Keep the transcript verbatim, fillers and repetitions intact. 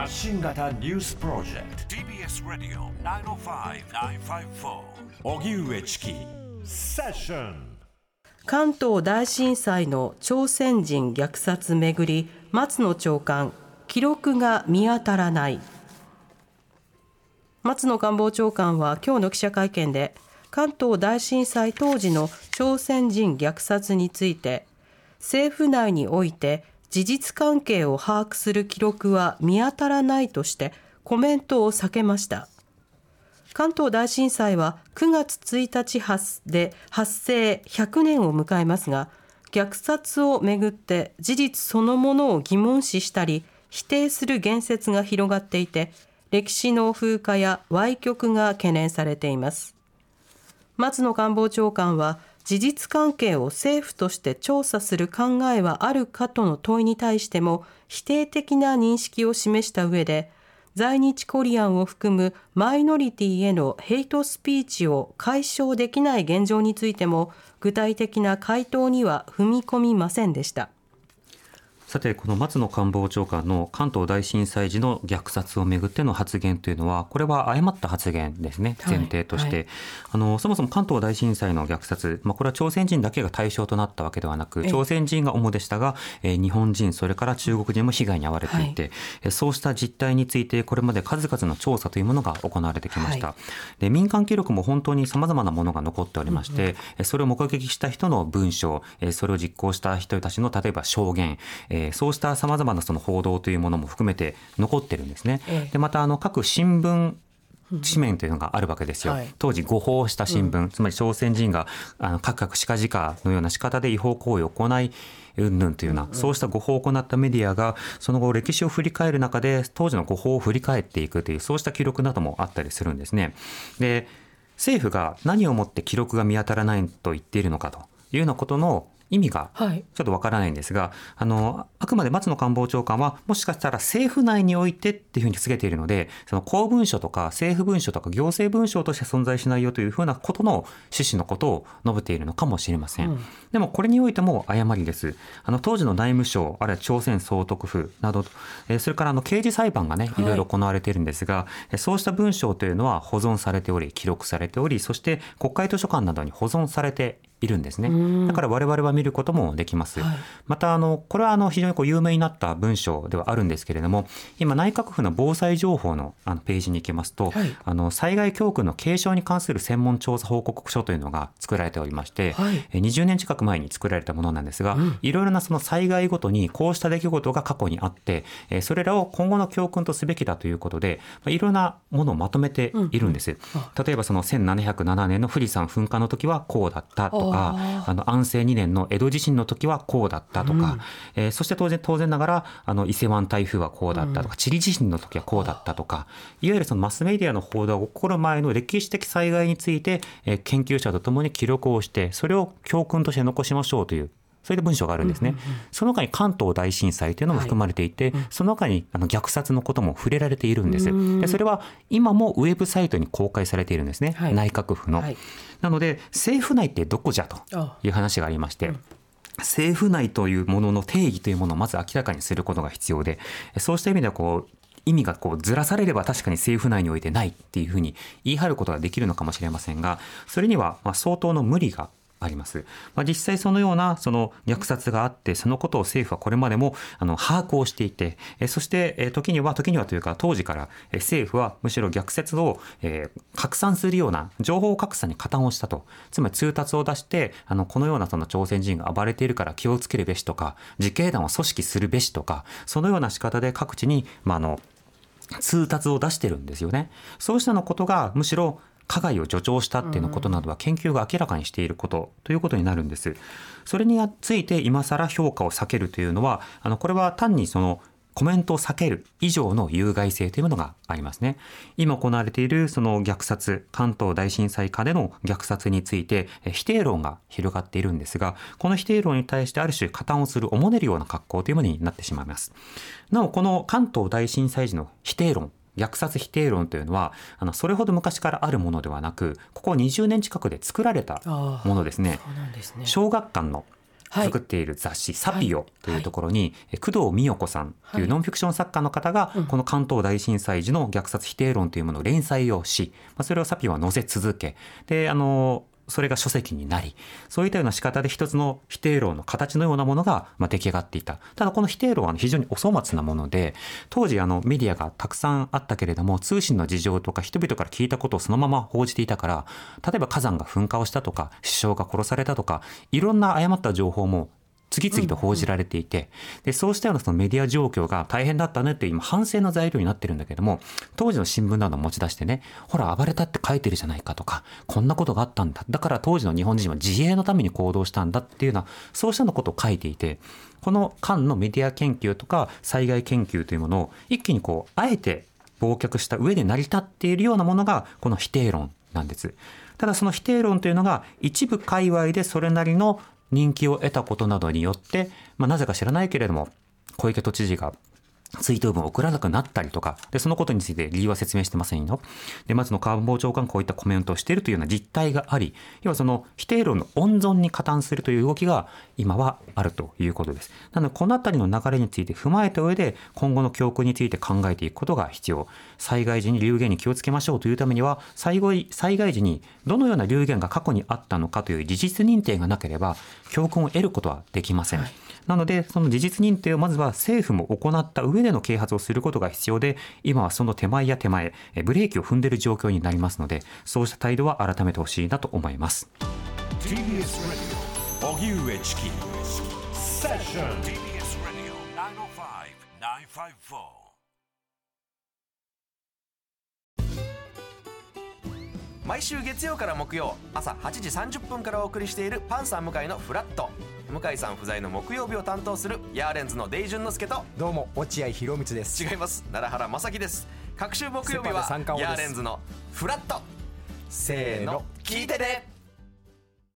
発信型ニュースプロジェクト ティービーエス ラディオきゅうまるごきゅうごよん荻上チキセッション。 関東大震災の朝鮮人虐殺めぐり、松野長官記録が見当たらない。松野官房長官は今日の記者会見で、関東大震災当時の朝鮮人虐殺について、政府内において事実関係を把握する記録は見当たらないとしてコメントを避けました。関東大震災はくがつついたちで発生ひゃくねんを迎えますが、虐殺をめぐって事実そのものを疑問視したり否定する言説が広がっていて、歴史の風化や歪曲が懸念されています。松野官房長官は、事実関係を政府として調査する考えはあるかとの問いに対しても否定的な認識を示した上で、在日コリアンを含むマイノリティへのヘイトスピーチを解消できない現状についても具体的な回答には踏み込みませんでした。 さて、この松野官房長官の関東大震災時の虐殺をめぐっての発言というのは、これは誤った発言ですね、前提として、はいはい、あのそもそも関東大震災の虐殺、まあ、これは朝鮮人だけが対象となったわけではなく、朝鮮人が主でしたが、えー、日本人それから中国人も被害に遭われていて、はい、そうした実態についてこれまで数々の調査というものが行われてきました、はい、で民間記録も本当にさまざまなものが残っておりまして、うんうん、それを目撃した人の文章、それを実行した人たちの例えば証言、えーそうしたさまざまなその報道というものも含めて残ってるんですね。でまたあの各新聞紙面というのがあるわけですよ、はい、当時誤報した新聞、うん、つまり朝鮮人があの各々しかじかのような仕方で違法行為を行いうんぬんというような、うんうん、そうした誤報を行ったメディアがその後歴史を振り返る中で当時の誤報を振り返っていくという、そうした記録などもあったりするんですね。で政府が何をもって記録が見当たらないと言っているのかというようなことの意味がちょっとわからないんですが、はい、あのあくまで松野官房長官はもしかしたら政府内においてっていうふうに告げているので、その公文書とか政府文書とか行政文書として存在しないよというふうなことの趣旨のことを述べているのかもしれません、うん、でもこれにおいても誤りです。あの当時の内務省あるいは朝鮮総督府など、えそれからあの刑事裁判がねいろいろ行われているんですが、はい、そうした文章というのは保存されており記録されており、そして国会図書館などに保存されているんですね。だから我々は見ることもできます、はい、またあのこれはあの非常にこう有名になった文章ではあるんですけれども、今内閣府の防災情報 の, あのページに行きますと、はい、あの災害教訓の継承に関する専門調査報告書というのが作られておりまして、はい、にじゅうねん近く前に作られたものなんですが、うん、いろいろなその災害ごとにこうした出来事が過去にあって、それらを今後の教訓とすべきだということでいろいろなものをまとめているんです、うんうん、例えばそのせんななひゃくななねんの富士山噴火の時はこうだったとか、ああの安政にねんの江戸地震の時はこうだったとか、うんえー、そして当然当然ながらあの伊勢湾台風はこうだったとか、うん、チリ地震の時はこうだったとか、いわゆるそのマスメディアの報道が起こる前の歴史的災害について、えー、研究者とともに記録をしてそれを教訓として残しましょうという、そういう文章があるんですね、うんうんうん、その中に関東大震災というのも含まれていて、はいうん、その中にあの虐殺のことも触れられているんです。でそれは今もウェブサイトに公開されているんですね、はい、内閣府の、はい、なので政府内ってどこじゃという話がありまして、うん、政府内というものの定義というものをまず明らかにすることが必要で、そうした意味ではこう意味がこうずらされれば確かに政府内においてないっていうふうに言い張ることができるのかもしれませんが、それにはまあ相当の無理があります。まあ、実際そのようなその虐殺があって、そのことを政府はこれまでもあの把握をしていて、えそしてえ時には時にはというか当時からえ政府はむしろ虐殺をえ拡散するような情報格差に加担をしたと、つまり通達を出してあのこのようなその朝鮮人が暴れているから気をつけるべしとか、自警団を組織するべしとか、そのような仕方で各地にまああの通達を出してるんですよね。そうしたのことがむしろ加害を助長したっていうのことなどは研究が明らかにしていることということになるんです。それについて今更評価を避けるというのは、あのこれは単にそのコメントを避ける以上の有害性というものがありますね。今行われているその虐殺、関東大震災下での虐殺について否定論が広がっているんですが、この否定論に対してある種加担をする、おもねるような格好というものになってしまいます。なおこの関東大震災時の否定論、虐殺否定論というのはあのそれほど昔からあるものではなく、ここにじゅうねん近くで作られたものですね。そうなんですね。小学館の作っている雑誌、はい、サピオというところに、はい、工藤美代子さんというノンフィクション作家の方が、はい、この関東大震災時の虐殺否定論というものを連載をし、まあ、それをサピオは載せ続け、であのそれが書籍になり、そういったような仕方で一つの否定論の形のようなものがまあ出来上がっていた。ただこの否定論は非常にお粗末なもので、当時あのメディアがたくさんあったけれども、通信の事情とか人々から聞いたことをそのまま報じていたから、例えば火山が噴火をしたとか、首相が殺されたとか、いろんな誤った情報も次々と報じられていて、でそうしたようなそのメディア状況が大変だったねっていう今反省の材料になってるんだけども、当時の新聞などを持ち出してね、ほら暴れたって書いてるじゃないかとか、こんなことがあったんだ、だから当時の日本人は自衛のために行動したんだっていうような、そうしたようなことを書いていて、この間のメディア研究とか災害研究というものを一気にこうあえて忘却した上で成り立っているようなものがこの否定論なんです。ただその否定論というのが一部界隈でそれなりの人気を得たことなどによって、まあ、なぜか知らないけれども小池都知事が追悼文を送らなくなったりとかで、そのことについて理由は説明してませんよ。で松野官房長官こういったコメントをしているというような実態があり、要はその否定論の温存に加担するという動きが今はあるということです。なのでこのあたりの流れについて踏まえた上で今後の教訓について考えていくことが必要。災害時に流言に気をつけましょうというためには、災害、災害時にどのような流言が過去にあったのかという事実認定がなければ教訓を得ることはできません、はい。なのでその事実認定をまずは政府も行った上での啓発をすることが必要で、今はその手前や手前ブレーキを踏んでいる状況になりますので、そうした態度は改めてほしいなと思います。 ティービーエス ラジオ荻上チキセッション ティービーエス ラジオきゅうまるご きゅうごよん。 毎週月曜から木曜朝はちじさんじゅっぷんからお送りしているパンサー向井のフラット。向井さん不在の木曜日を担当するヤーレンズのデイジュンの之介と、 どうも落合博満です。 違います、奈良原正樹です。各週木曜日はヤーレンズのフラット。せーの聞いてね。